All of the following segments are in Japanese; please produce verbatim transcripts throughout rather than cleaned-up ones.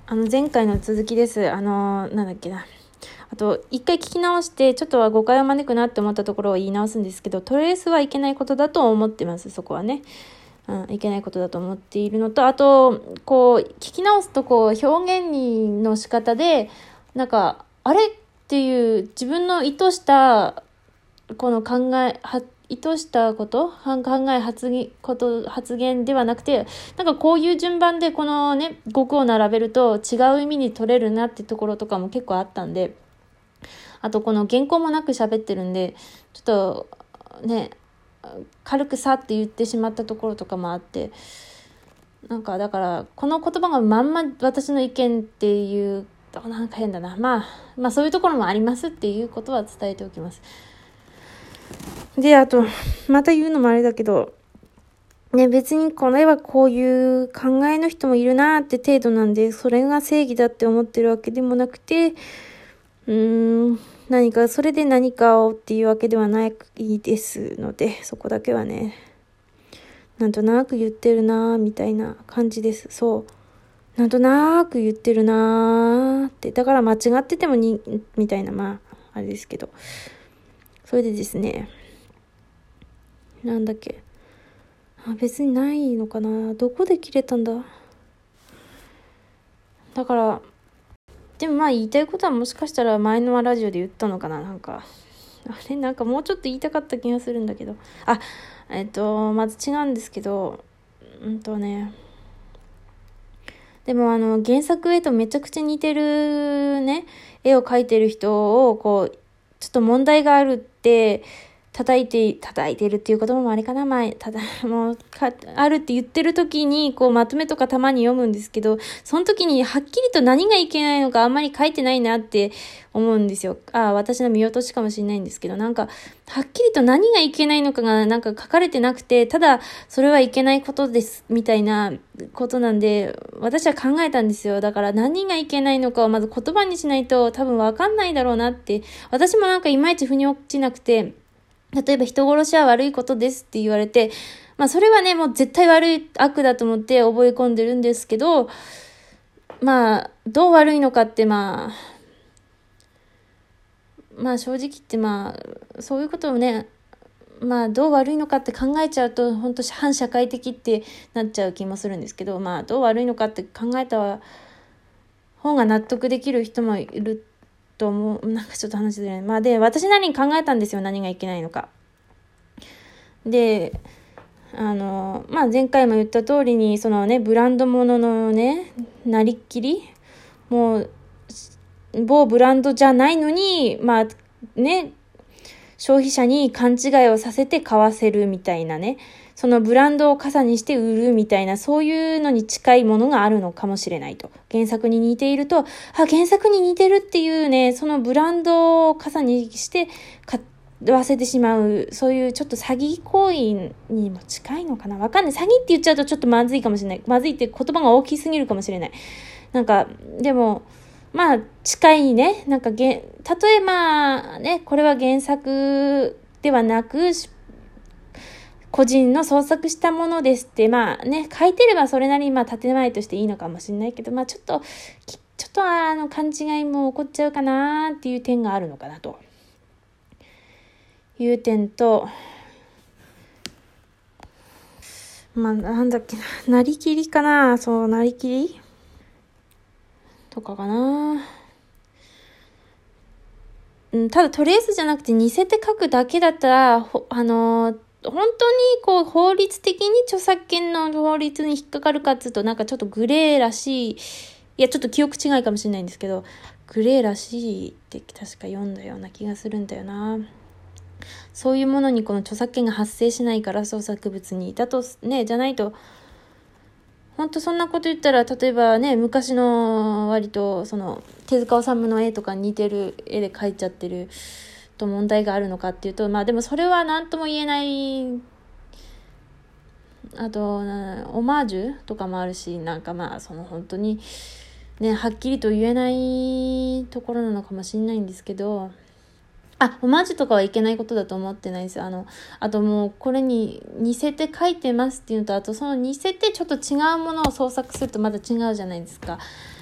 あの前回の続きです。あのなんだっけな。あと一回聞き直してちょっとは誤解を招くなって思ったところを言い直すんですけど、トレースはいけないことだと思ってます。そこはね、うん、いけないことだと思っているのと、あとこう聞き直すとこう表現の仕方でなんかあれっていう自分の意図したこの考えは意図したこと考え発言こと発言ではなくて、なんかこういう順番でこのね語句を並べると違う意味に取れるなってところとかも結構あったんで、あとこの原稿もなく喋ってるんでちょっとね軽くさって言ってしまったところとかもあって、なんかだからこの言葉がまんま私の意見っていうなんか変だな、まあまあそういうところもありますっていうことは伝えておきます。で、あと、また言うのもあれだけど、ね、別にこれはこういう考えの人もいるなって程度なんで、それが正義だって思ってるわけでもなくて、うーん、何か、それで何かをっていうわけではないですので、そこだけはね、なんとなく言ってるなみたいな感じです。そう。なんとなく言ってるなって。だから間違っててもに、みたいな、まあ、あれですけど。それでですね、なんだっけ。あ、別にないのかな。どこで切れたんだ。だから、でもまあ言いたいことはもしかしたら前のラジオで言ったのかな。なんか、あれなんかもうちょっと言いたかった気がするんだけど。あ、えっと、まず違うんですけど、うんとね、でもあの原作絵とめちゃくちゃ似てるね、絵を描いてる人をこう、ちょっと問題があるって叩いて、叩いてるっていう言葉もあれかな、まあ、ただ、もう、か、あるって言ってる時に、こう、まとめとかたまに読むんですけど、その時にはっきりと何がいけないのかあんまり書いてないなって思うんですよ。ああ、私の見落としかもしれないんですけど、なんか、はっきりと何がいけないのかがなんか書かれてなくて、ただ、それはいけないことです、みたいなことなんで、私は考えたんですよ。だから何がいけないのかをまず言葉にしないと多分わかんないだろうなって、私もなんかいまいち腑に落ちなくて、例えば人殺しは悪いことですって言われて、まあそれはね、もう絶対悪い悪だと思って覚え込んでるんですけど、まあどう悪いのかってまあ、まあ正直言ってまあそういうことをね、まあどう悪いのかって考えちゃうと本当反社会的ってなっちゃう気もするんですけど、まあどう悪いのかって考えた方が納得できる人もいると思う。なんかちょっと話ずれない。まあで、私なりに考えたんですよ。何がいけないのか。で、あの、まあ前回も言った通りに、そのね、ブランド物のね、なりっきり、もう、某ブランドじゃないのに、まあね、消費者に勘違いをさせて買わせるみたいなね、そのブランドを傘にして売るみたいな、そういうのに近いものがあるのかもしれないと。原作に似ていると、あ、原作に似てるっていうね、そのブランドを傘にして買わせてしまう、そういうちょっと詐欺行為にも近いのかな、わかんない。詐欺って言っちゃうとちょっとまずいかもしれない。まずいって言葉が大きすぎるかもしれない。なんか、でも、まあ、近いね。なんか、げ、例えばね、これは原作ではなく、個人の創作したものですって、まあね、書いてればそれなりにまあ建前としていいのかもしれないけど、まあちょっと、ちょっとあの勘違いも起こっちゃうかなっていう点があるのかなという点と、まあなんだっけな、なりきりかな、そう、なりきりとかかな。うん、ただとりあえずじゃなくて似せて書くだけだったら、あのー、本当にこう法律的に著作権の法律に引っかかるかっつうとなんかちょっとグレーらしい、いやちょっと記憶違いかもしれないんですけど、グレーらしいって確か読んだような気がするんだよな。そういうものにこの著作権が発生しないから創作物にだとね、じゃないと本当そんなこと言ったら、例えばね、昔の割とその手塚治虫の絵とかに似てる絵で描いちゃってると問題があるのかっていうと、まあでもそれは何とも言えない。あとオマージュとかもあるし、なんかまあその本当にねはっきりと言えないところなのかもしれないんですけど、あ、オマージュとかはいけないことだと思ってないですよ。あの、あともうこれに似せて書いてますっていうのと、あとその似せてちょっと違うものを創作するとまた違うじゃないですか。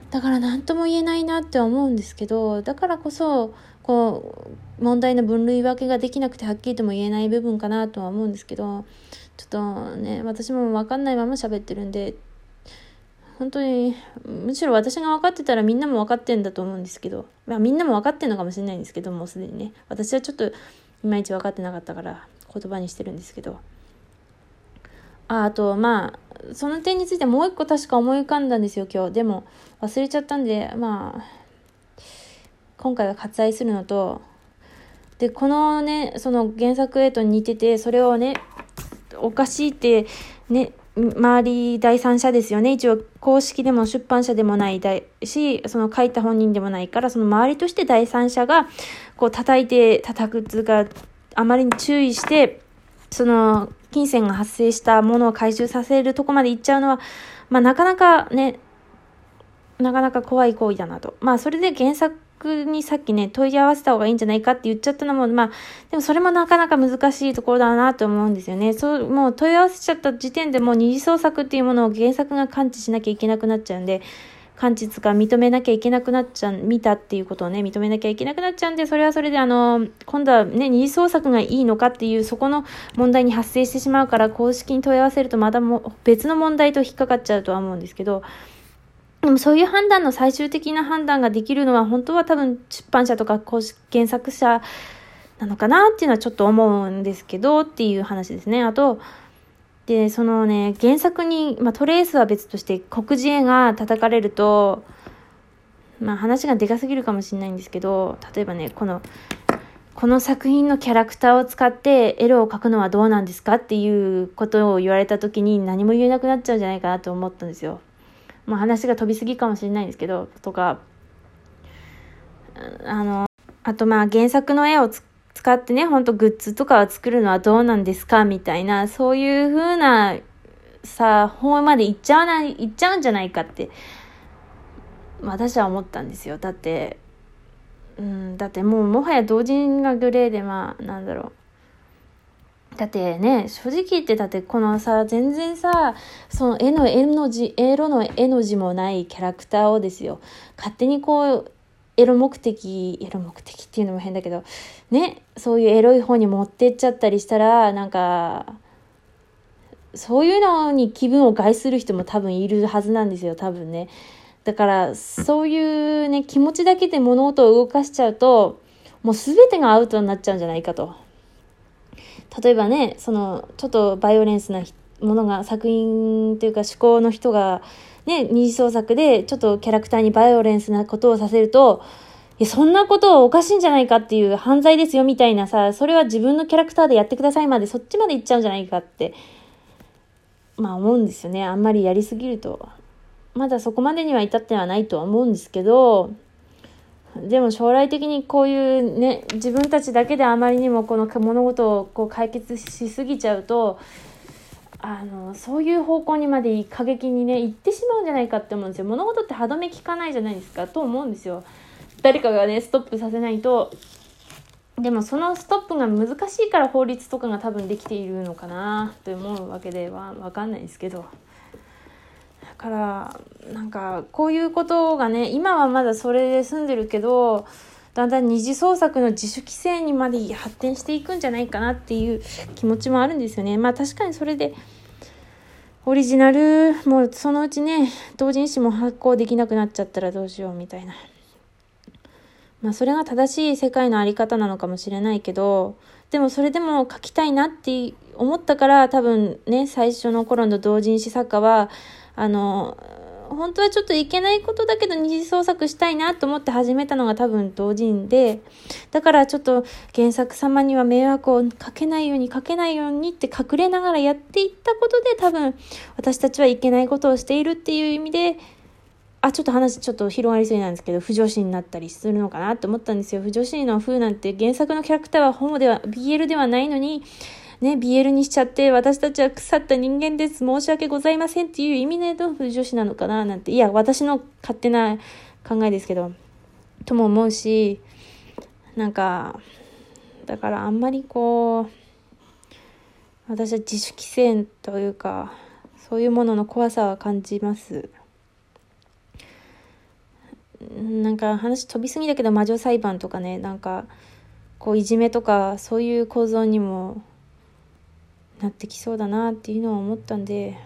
だから何とも言えないなって思うんですけど、だからこそこう問題の分類分けができなくてはっきりとも言えない部分かなとは思うんですけど、ちょっとね私も分かんないまま喋ってるんで、本当にむしろ私が分かってたらみんなも分かってんだと思うんですけど、まあみんなも分かってんのかもしれないんですけど、もうすでにね私はちょっといまいち分かってなかったから言葉にしてるんですけど、ああとまあその点についてもう一個確か思い浮かんだんですよ今日。でも忘れちゃったんで、まあ今回は割愛するのと、でこのねその原作へと似てて、それをねおかしいってね、周り第三者ですよね。一応公式でも出版社でもないし、その書いた本人でもないから、その周りとして第三者がこう叩いて叩くつがあまりに注意して、その金銭が発生したものを回収させるとこまで行っちゃうのは、まあなかなかね、なかなか怖い行為だなと。まあそれで原作にさっきね問い合わせた方がいいんじゃないかって言っちゃったのも、まあでもそれもなかなか難しいところだなと思うんですよね。そうもう問い合わせちゃった時点でもう二次創作っていうものを原作が感知しなきゃいけなくなっちゃうんで、感知つか認めなきゃいけなくなっちゃう、見たっていうことをね認めなきゃいけなくなっちゃうんで、それはそれであの今度はね二次創作がいいのかっていうそこの問題に発生してしまうから、公式に問い合わせるとまたも別の問題と引っかかっちゃうとは思うんですけど、でもそういう判断の最終的な判断ができるのは本当は多分出版社とか公式原作者なのかなっていうのはちょっと思うんですけどっていう話ですね。あとでそのね原作に、まあ、トレースは別として黒字絵が叩かれると、まあ話がでかすぎるかもしれないんですけど、例えばねこのこの作品のキャラクターを使ってエロを描くのはどうなんですかっていうことを言われた時に何も言えなくなっちゃうんじゃないかなと思ったんですよ。まあ話が飛びすぎかもしれないんですけど、とかあのあとまあ原作の絵をつ使ってねほんとグッズとかを作るのはどうなんですかみたいな、そういう風なさ方まで行っちゃわない行っちゃうんじゃないかって私は思ったんですよ。だってうんだってもうもはや同人がグレーで、まあなんだろう、だってね正直言ってだってこのさ全然さその絵の絵の字エロの絵の字もないキャラクターをですよ、勝手にこうエロ目的エロ目的っていうのも変だけどね、そういうエロい方に持ってっちゃったりしたら、なんかそういうのに気分を害する人も多分いるはずなんですよ多分ね。だからそういうね気持ちだけで物事を動かしちゃうともう全てがアウトになっちゃうんじゃないかと。例えばねそのちょっとバイオレンスなものが作品というか思考の人がね二次創作でちょっとキャラクターにバイオレンスなことをさせると、いやそんなことはおかしいんじゃないかっていう犯罪ですよみたいなさ、それは自分のキャラクターでやってくださいまでそっちまで行っちゃうんじゃないかってまあ思うんですよね。あんまりやりすぎるとまだそこまでには至ってはないとは思うんですけど、でも将来的にこういうね自分たちだけであまりにもこの物事をこう解決しすぎちゃうと、あのそういう方向にまで過激にね行ってしまうんじゃないかって思うんですよ。物事って歯止め効かないじゃないですかと思うんですよ。誰かがねストップさせないと。でもそのストップが難しいから法律とかが多分できているのかなと思うわけでは分かんないですけど、だからなんかこういうことがね今はまだそれで済んでるけど、だんだん二次創作の自主規制にまで発展していくんじゃないかなっていう気持ちもあるんですよね。まあ確かにそれでオリジナルもうそのうちね同人誌も発行できなくなっちゃったらどうしようみたいな、まあそれが正しい世界のあり方なのかもしれないけど、でもそれでも書きたいなって思ったから多分ね最初の頃の同人誌作家はあの本当はちょっといけないことだけど二次創作したいなと思って始めたのが多分同人で、だからちょっと原作様には迷惑をかけないようにかけないようにって隠れながらやっていったことで多分私たちはいけないことをしているっていう意味で、あちょっと話ちょっと広がりそうなんですけど不女子になったりするのかなと思ったんですよ。不女子の風なんて原作のキャラクターはホモでは ビーエル ではないのにね、ビーエル にしちゃって私たちは腐った人間です申し訳ございませんっていう意味での不女子なのかななんて、いや私の勝手な考えですけどとも思うし、なんかだからあんまりこう私は自主規制というかそういうものの怖さは感じます。 なんか話飛びすぎだけど魔女裁判とかね、なんかこういじめとかそういう構造にもなってきそうだなっていうのを思ったんで、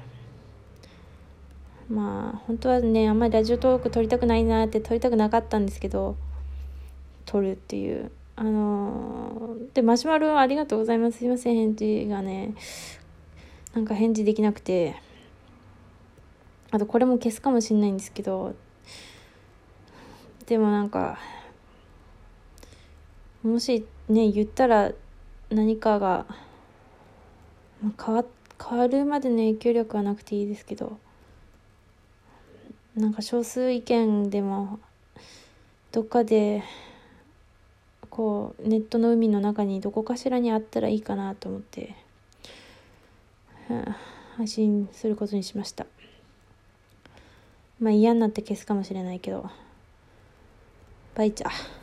まあ本当はねあんまりラジオトーク撮りたくないなって撮りたくなかったんですけど、撮るっていうあのー、でマシュマロありがとうございます。すいません返事がねなんか返事できなくて、あとこれも消すかもしれないんですけど、でもなんかもしね言ったら何かが変わ変わるまでの影響力はなくていいですけど、なんか少数意見でもどっかでこうネットの海の中にどこかしらにあったらいいかなと思って、はあ、配信することにしました。まあ嫌になって消すかもしれないけど、バイチャー。